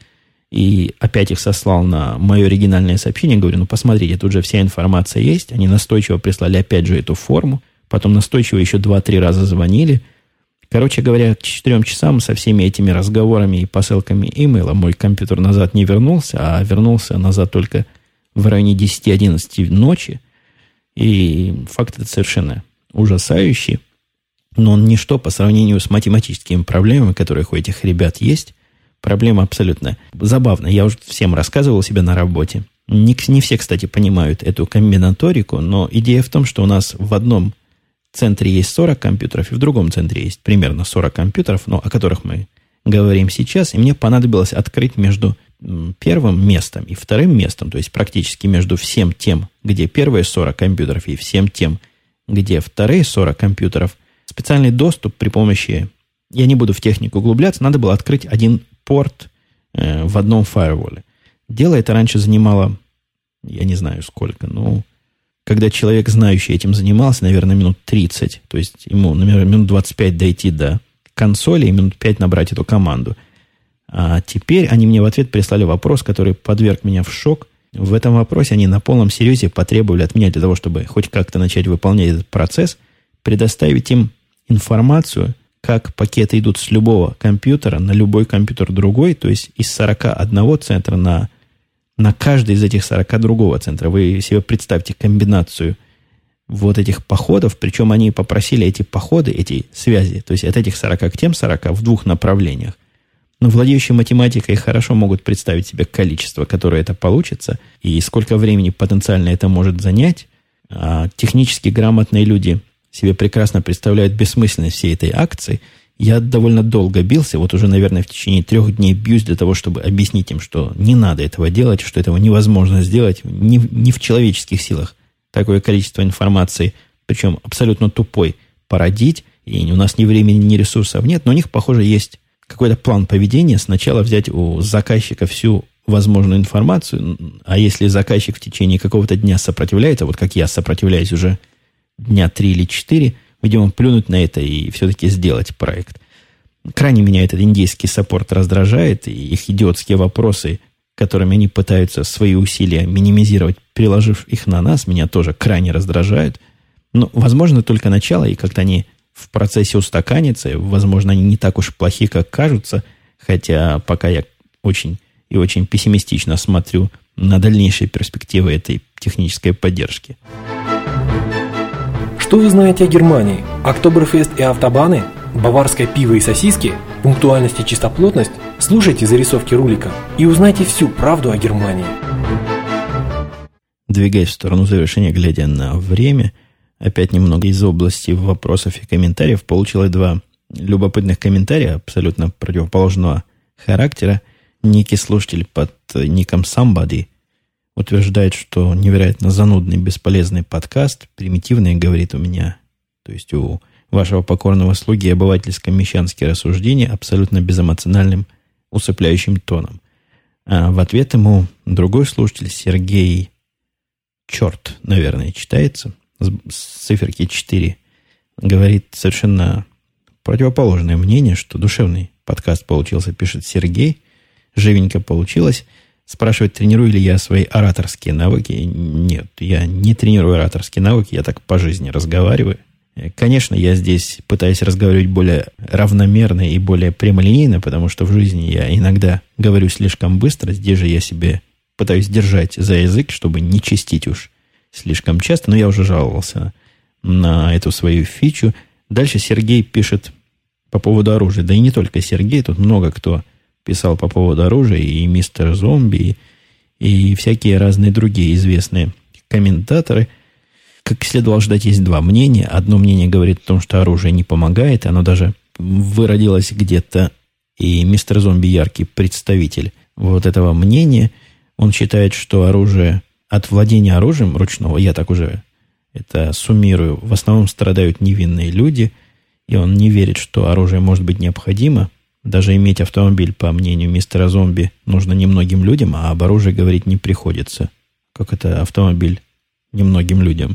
и опять их сослал на мое оригинальное сообщение. Говорю, посмотрите, тут же вся информация есть. Они настойчиво прислали опять же эту форму, потом настойчиво еще 2-3 раза звонили. Короче говоря, к 4 часам со всеми этими разговорами и посылками имейла мой компьютер назад не вернулся, а вернулся назад только в районе 10-11 ночи. И факт этот совершенно ужасающий. Но он ничто по сравнению с математическими проблемами, которые у этих ребят есть. Проблема абсолютно забавная. Я уже всем рассказывал себя на работе. Не все, кстати, понимают эту комбинаторику, но идея в том, что у нас в одном центре есть 40 компьютеров, и в другом центре есть примерно 40 компьютеров, но о которых мы говорим сейчас. И мне понадобилось открыть между первым местом и вторым местом, то есть практически между всем тем, где первые 40 компьютеров, и всем тем, где вторые 40 компьютеров, специальный доступ при помощи, я не буду в технику углубляться, надо было открыть один порт в одном фаерволе. Дело это раньше занимало, я не знаю сколько, когда человек, знающий этим занимался, наверное, минут 30, то есть ему, наверное, минут 25 дойти до консоли и минут 5 набрать эту команду. А теперь они мне в ответ прислали вопрос, который подверг меня в шок. В этом вопросе они на полном серьезе потребовали от меня для того, чтобы хоть как-то начать выполнять этот процесс, предоставить им информацию, как пакеты идут с любого компьютера на любой компьютер другой, то есть из 41 центра на на каждый из этих 40 другого центра. Вы себе представьте комбинацию вот этих походов, причем они попросили эти походы, эти связи, то есть от этих 40 к тем 40 в двух направлениях. Но владеющие математикой хорошо могут представить себе количество, которое это получится, и сколько времени потенциально это может занять. А технически грамотные люди себе прекрасно представляют бессмысленность всей этой акции. Я довольно долго бился, вот уже, наверное, в течение 3 дней бьюсь для того, чтобы объяснить им, что не надо этого делать, что этого невозможно сделать, не в человеческих силах такое количество информации, причем абсолютно тупой, породить, и у нас ни времени, ни ресурсов нет, но у них, похоже, есть какой-то план поведения. Сначала взять у заказчика всю возможную информацию, а если заказчик в течение какого-то дня сопротивляется, вот как я сопротивляюсь уже дня 3 или 4, видимо, плюнуть на это и все-таки сделать проект. Крайне меня этот индийский саппорт раздражает, и их идиотские вопросы, которыми они пытаются свои усилия минимизировать, переложив их на нас, меня тоже крайне раздражают. Но, возможно, только начало, и когда они в процессе устаканятся, возможно, они не так уж плохи, как кажутся, хотя пока я очень и очень пессимистично смотрю на дальнейшие перспективы этой технической поддержки. Что вы знаете о Германии? Октоберфест и автобаны? Баварское пиво и сосиски? Пунктуальность и чистоплотность? Слушайте зарисовки рулика и узнайте всю правду о Германии. Двигаясь в сторону завершения, глядя на время, опять немного из области вопросов и комментариев, получилось 2 любопытных комментария абсолютно противоположного характера. Некий слушатель под ником Somebody утверждает, что невероятно занудный, бесполезный подкаст, примитивный, говорит, у меня, то есть у вашего покорного слуги, обывательско-мещанские рассуждения абсолютно безэмоциональным, усыпляющим тоном. А в ответ ему другой слушатель, Сергей Черт, наверное, читается, с циферки 4, говорит совершенно противоположное мнение, что душевный подкаст получился, пишет Сергей, живенько получилось. Спрашивает, тренирую ли я свои ораторские навыки. Нет, я не тренирую ораторские навыки, я так по жизни разговариваю. Конечно, я здесь пытаюсь разговаривать более равномерно и более прямолинейно, потому что в жизни я иногда говорю слишком быстро. Здесь же я себе пытаюсь держать за язык, чтобы не чистить уж слишком часто. Но я уже жаловался на эту свою фичу. Дальше Сергей пишет по поводу оружия. Да и не только Сергей, тут много кто писал по поводу оружия, и мистер Зомби, и всякие разные другие известные комментаторы. Как следовало ждать, есть 2 мнения. Одно мнение говорит о том, что оружие не помогает, оно даже выродилось где-то, и мистер Зомби яркий представитель вот этого мнения. Он считает, что оружие, от владения оружием ручного, я так уже это суммирую, в основном страдают невинные люди, и он не верит, что оружие может быть необходимо. Даже иметь автомобиль, по мнению мистера Зомби, нужно немногим людям, а об оружии говорить не приходится. Как это автомобиль немногим людям?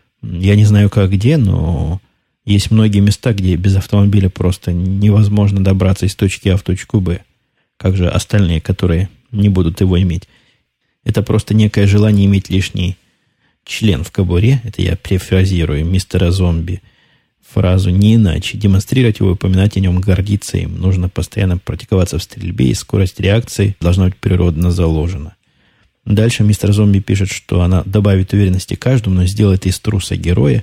Я не знаю, как где, но есть многие места, где без автомобиля просто невозможно добраться из точки А в точку Б. Как же остальные, которые не будут его иметь? Это просто некое желание иметь лишний член в кобуре. Это я перефразирую мистера Зомби. Фразу не иначе. Демонстрировать его, упоминать о нем, гордиться им. Нужно постоянно практиковаться в стрельбе, и скорость реакции должна быть природно заложена. Дальше мистер Зомби пишет, что она добавит уверенности каждому, но сделает из труса героя.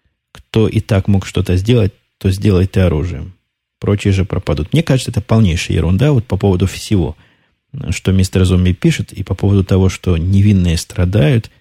Кто и так мог что-то сделать, то сделает и оружием. Прочие же пропадут. Мне кажется, это полнейшая ерунда вот по поводу всего, что мистер Зомби пишет, и по поводу того, что невинные страдают,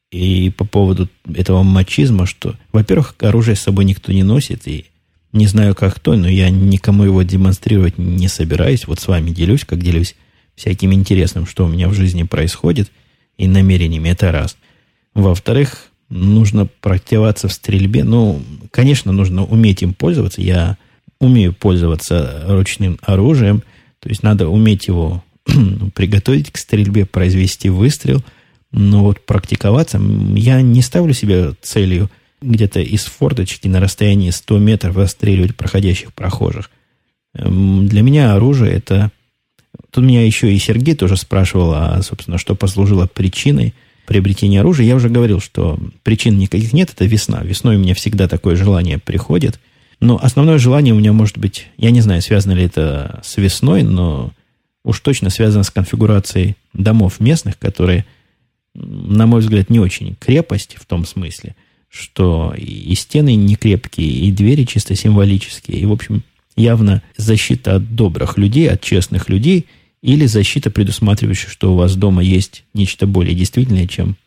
и по поводу этого мачизма, что, во-первых, оружие с собой никто не носит, и не знаю, как кто, но я никому его демонстрировать не собираюсь. Вот с вами делюсь, как делюсь всяким интересным, что у меня в жизни происходит, и намерениями, это раз. Во-вторых, нужно практиковаться в стрельбе. Ну, конечно, нужно уметь им пользоваться. Я умею пользоваться ручным оружием, то есть надо уметь его приготовить к стрельбе, произвести выстрел. Но вот практиковаться я не ставлю себе целью где-то из форточки на расстоянии 100 метров расстреливать проходящих прохожих. Для меня оружие это... Тут меня еще и Сергей тоже спрашивал, а, собственно, что послужило причиной приобретения оружия. Я уже говорил, что причин никаких нет, это весна. Весной у меня всегда такое желание приходит. Но основное желание у меня может быть, я не знаю, связано ли это с весной, но уж точно связано с конфигурацией домов местных, которые, на мой взгляд, не очень крепость в том смысле, что и стены не крепкие, и двери чисто символические. И, в общем, явно защита от добрых людей, от честных людей, или защита, предусматривающая, что у вас дома есть нечто более действенное, чем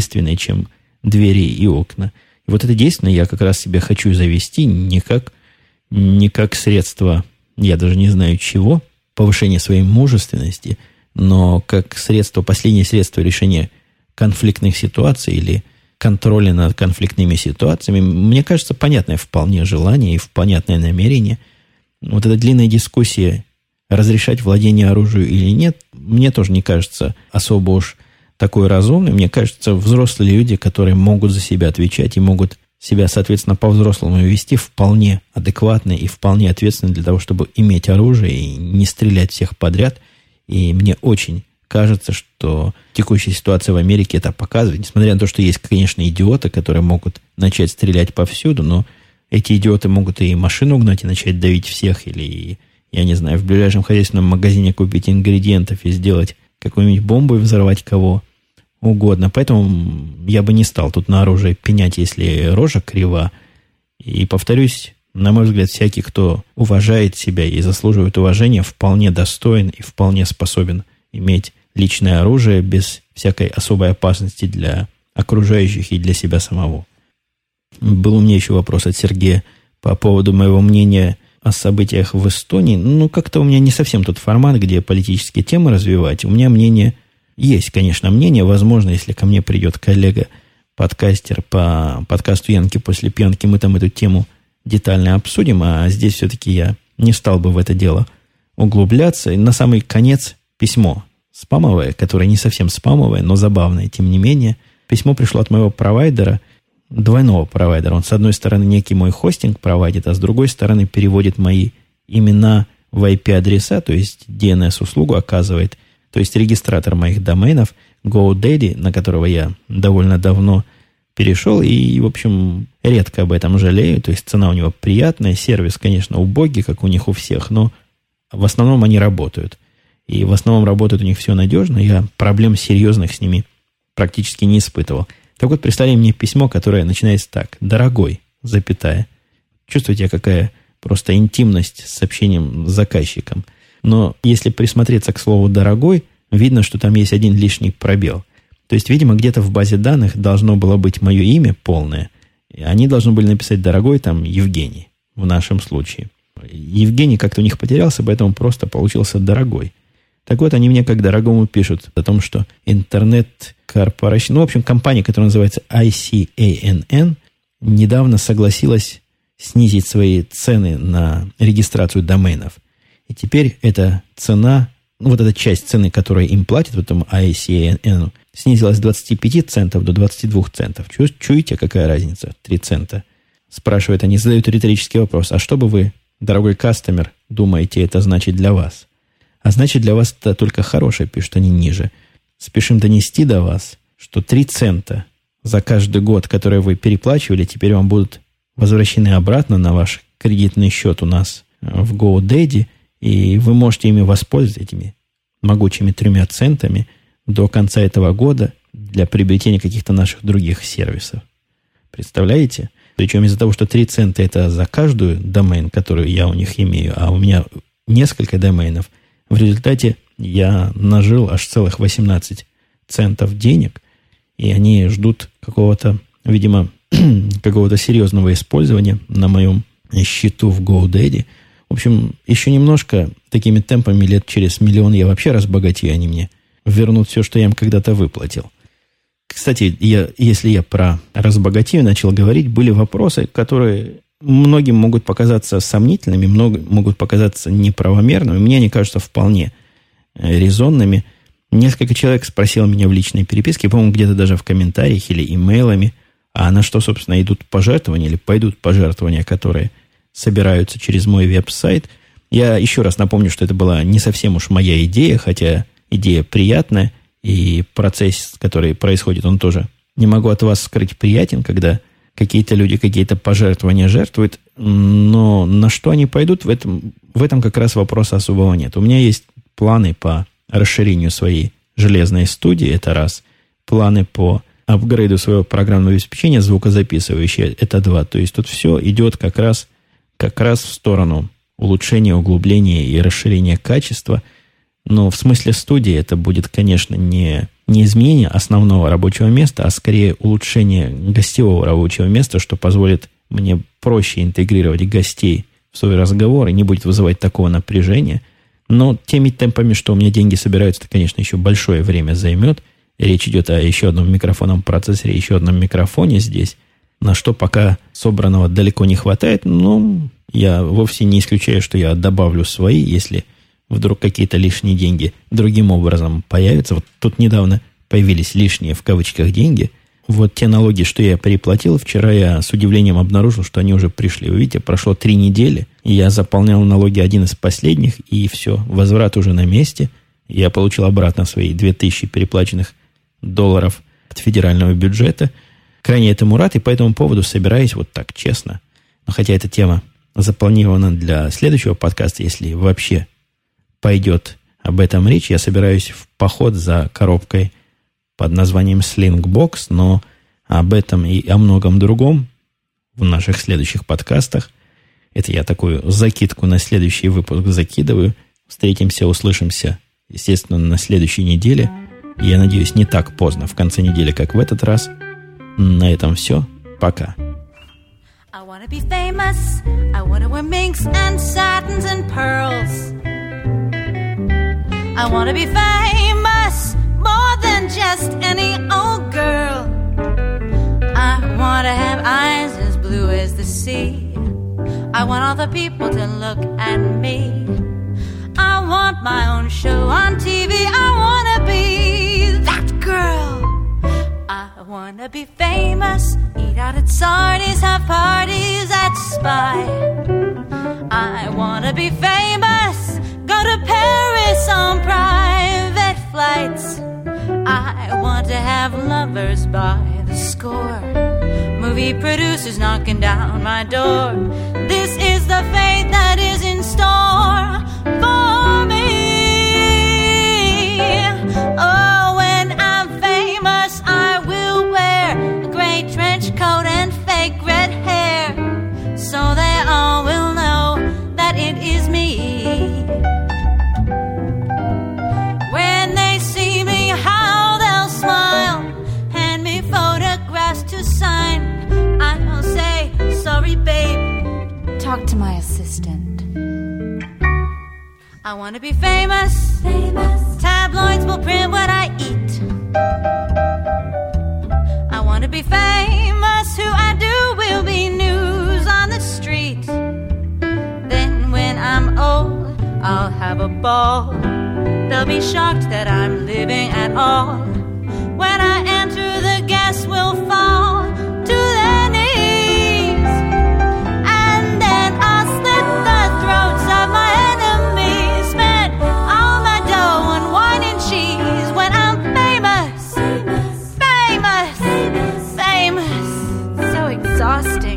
двери и окна. И вот это действенное я как раз себе хочу завести не как средство, я даже не знаю чего, повышения своей мужественности, но как последнее средство решения конфликтных ситуаций или контроля над конфликтными ситуациями. Мне кажется, понятное вполне желание и понятное намерение. Вот эта длинная дискуссия, разрешать владение оружием или нет, мне тоже не кажется особо уж такой разумной. Мне кажется, взрослые люди, которые могут за себя отвечать и могут себя, соответственно, по-взрослому вести, вполне адекватны и вполне ответственны для того, чтобы иметь оружие и не стрелять всех подряд. И мне очень кажется, что текущая ситуация в Америке это показывает. Несмотря на то, что есть, конечно, идиоты, которые могут начать стрелять повсюду, но эти идиоты могут и машину угнать и начать давить всех, или, я не знаю, в ближайшем хозяйственном магазине купить ингредиентов и сделать какую-нибудь бомбу и взорвать кого угодно. Поэтому я бы не стал тут на оружие пенять, если рожа крива. И повторюсь, на мой взгляд, всякий, кто уважает себя и заслуживает уважения, вполне достоин и вполне способен иметь личное оружие без всякой особой опасности для окружающих и для себя самого. Был у меня еще вопрос от Сергея по поводу моего мнения о событиях в Эстонии. Ну, как-то у меня не совсем тот формат, где политические темы развивать. У меня мнение... Есть, конечно, мнение. Возможно, если ко мне придет коллега-подкастер по подкасту «Янки после пьянки», мы там эту тему детально обсудим, а здесь все-таки я не стал бы в это дело углубляться. И на самый конец письмо спамовое, которое не совсем спамовое, но забавное, тем не менее. Письмо пришло от моего провайдера, двойного провайдера. Он, с одной стороны, некий мой хостинг проводит, а с другой стороны, переводит мои имена в IP-адреса, то есть DNS-услугу оказывает. То есть регистратор моих доменов GoDaddy, на которого я довольно давно перешел, и, в общем, редко об этом жалею. То есть цена у него приятная, сервис, конечно, убогий, как у них у всех, но в основном они работают. И в основном работает у них все надежно. Я проблем серьезных с ними практически не испытывал. Так вот, представьте мне письмо, которое начинается так. «Дорогой, запятая». Чувствуете, какая просто интимность с сообщением с заказчиком. Но если присмотреться к слову «дорогой», видно, что там есть один лишний пробел. То есть, видимо, где-то в базе данных должно было быть мое имя полное. И они должны были написать «дорогой» там Евгений в нашем случае. Евгений как-то у них потерялся, поэтому просто получился «дорогой». Так вот, они мне как дорогому пишут о том, что интернет-корпорация, в общем, компания, которая называется ICANN, недавно согласилась снизить свои цены на регистрацию доменов. И теперь эта цена, вот эта часть цены, которую им платят, в этом ICANN, снизилась с 25 центов до 22 центов. Чуете, какая разница? 3 цента. Спрашивают они, задают риторический вопрос. А что бы вы, дорогой кастомер, думаете, это значит для вас? А значит, для вас это только хорошее, пишут они ниже. Спешим донести до вас, что 3 цента за каждый год, который вы переплачивали, теперь вам будут возвращены обратно на ваш кредитный счет у нас в GoDaddy, и вы можете ими воспользоваться, этими могучими 3 центами до конца этого года для приобретения каких-то наших других сервисов. Представляете? Причем из-за того, что 3 цента это за каждую домен, которую я у них имею, а у меня несколько доменов, в результате я нажил аж целых 18 центов денег, и они ждут какого-то, видимо, какого-то серьезного использования на моем счету в GoDaddy. В общем, еще немножко такими темпами лет через 1 миллион я вообще разбогатею, они мне вернут все, что я им когда-то выплатил. Кстати, если я про разбогатею начал говорить, были вопросы, которые многим могут показаться сомнительными, могут показаться неправомерными. Мне они кажутся вполне резонными. Несколько человек спросило меня в личной переписке, по-моему, где-то даже в комментариях или имейлами, а на что, собственно, идут пожертвования или пойдут пожертвования, которые собираются через мой веб-сайт. Я еще раз напомню, что это была не совсем уж моя идея, хотя идея приятная, и процесс, который происходит, он тоже, не могу от вас скрыть, приятен, когда какие-то люди какие-то пожертвования жертвуют, но на что они пойдут, в этом как раз вопроса особого нет. У меня есть планы по расширению своей железной студии, это раз. Планы по апгрейду своего программного обеспечения звукозаписывающее, это два. То есть тут все идет как раз в сторону улучшения, углубления и расширения качества. Но в смысле студии это будет, конечно, не изменение основного рабочего места, а скорее улучшение гостевого рабочего места, что позволит мне проще интегрировать гостей в свой разговор и не будет вызывать такого напряжения. Но теми темпами, что у меня деньги собираются, это, конечно, еще большое время займет. Речь идет о еще одном микрофонном процессоре, еще одном микрофоне здесь, на что пока собранного далеко не хватает. Но я вовсе не исключаю, что я добавлю свои, если вдруг какие-то лишние деньги другим образом появятся. Вот тут недавно появились лишние в кавычках деньги. Вот те налоги, что я переплатил, вчера я с удивлением обнаружил, что они уже пришли. Вы видите, прошло 3 недели, и я заполнял налоги один из последних, и все, возврат уже на месте. Я получил обратно свои 2000 переплаченных долларов от федерального бюджета. Крайне этому рад, и по этому поводу собираюсь вот так честно. Но хотя эта тема запланирована для следующего подкаста, если вообще пойдет об этом речь, я собираюсь в поход за коробкой под названием Slingbox, но об этом и о многом другом в наших следующих подкастах. Это я такую закидку на следующий выпуск закидываю. Встретимся, услышимся, естественно, на следующей неделе. Я надеюсь, не так поздно, в конце недели, как в этот раз. На этом все. Пока. I wanna be famous. I wanna wear minks and satins and pearls. I wanna be famous more than just any old girl. I wanna have eyes as blue as the sea. I want all the people to look at me. I want my own show on TV. I wanna be that girl. I wanna be famous. Eat out at Sardi's, have parties at Spy. I wanna be famous. Go to Paris on private flights. I want to have lovers by the score. Movie producers knocking down my door. This is the fate that is in store for me. Oh, when I'm famous, I will wear a gray trench coat and fake red hair, so they all will know that it is me. When they see me, how they'll smile, hand me photographs to sign. I'll say, sorry babe, talk to my assistant. I wanna be famous. Tabloids will print what I eat. I wanna be famous. Who I do will be news on the street. Then when I'm old, I'll have a ball. They'll be shocked that I'm living at all. When I enter, the guests will fall to their knees, and then I'll slit the throats of my enemies. Spend all my dough on wine and cheese. When I'm famous, famous, so exhausting.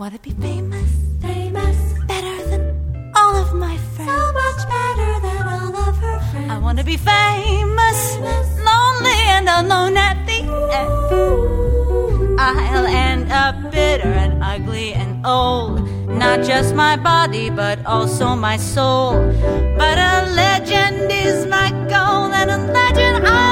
want to be famous, famous, better than all of my friends, so much better than all of her friends. I want to be famous, lonely and alone at the end. I'll end up bitter and ugly and old, not just my body but also my soul. But a legend is my goal, and a legend I